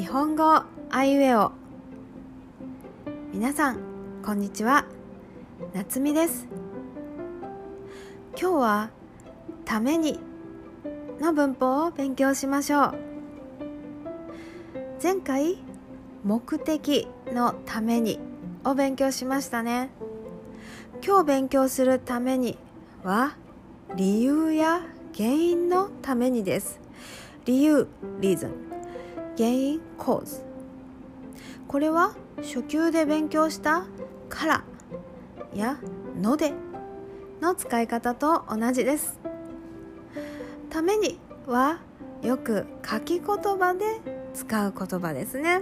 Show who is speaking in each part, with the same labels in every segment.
Speaker 1: 本語あいうえお。皆さんこんにちは、なつみです。今日はためにの文法を勉強しましょう。前回目的のためにを勉強しましたね。今日勉強するためには理由や原因のためにです。理由 reason、 原因 cause。 これは初級で勉強したからやのでの使い方と同じです。ためにはよく書き言葉で使う言葉ですね。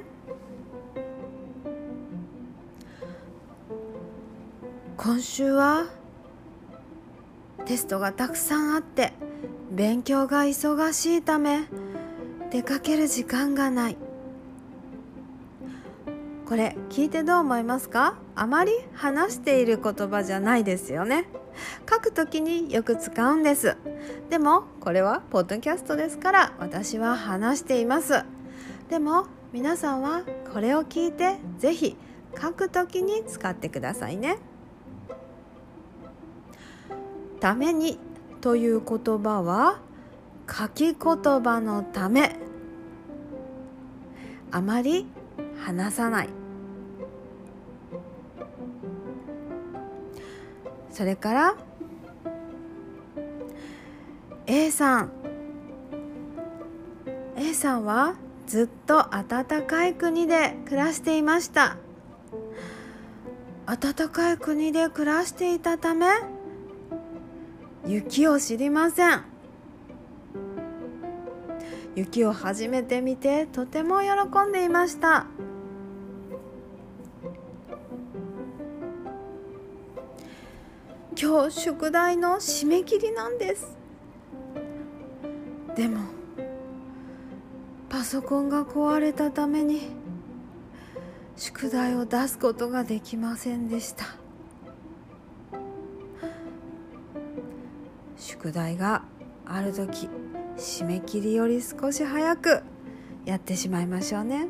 Speaker 1: 今週はテストがたくさんあって勉強が忙しいため出かける時間がない。これ聞いてどう思いますか？あまり話している言葉じゃないですよね。書くときによく使うんです。でもこれはポッドキャストですから私は話しています。でも皆さんはこれを聞いてぜひ書くときに使ってくださいね。ためにという言葉は書き言葉のため、あまり話さない。それから A さんはずっと暖かい国で暮らしていました。暖かい国で暮らしていたため雪を知りません。雪を初めて見てとても喜んでいました。今日宿題の締め切りなんです。でもパソコンが壊れたために宿題を出すことができませんでした。宿題があるとき締め切りより少し早くやってしまいましょうね。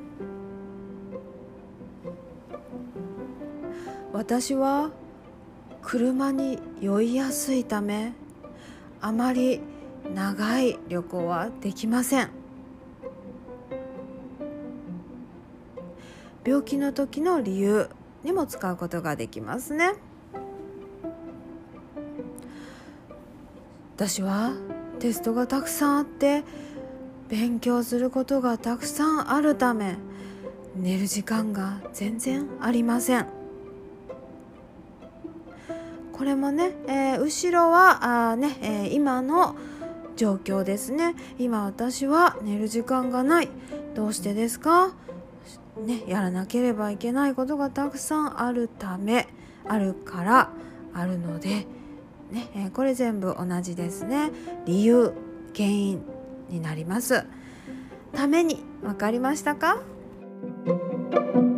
Speaker 1: 私は車に酔いやすいためあまり長い旅行はできません。病気の時の理由にも使うことができますね。私はテストがたくさんあって勉強することがたくさんあるため寝る時間が全然ありません。これもね、後ろは今の状況ですね。今私は寝る時間がない。どうしてですか？やらなければいけないことがたくさんあるからあるので、これ全部同じですね。理由、原因になります。ために分かりましたか？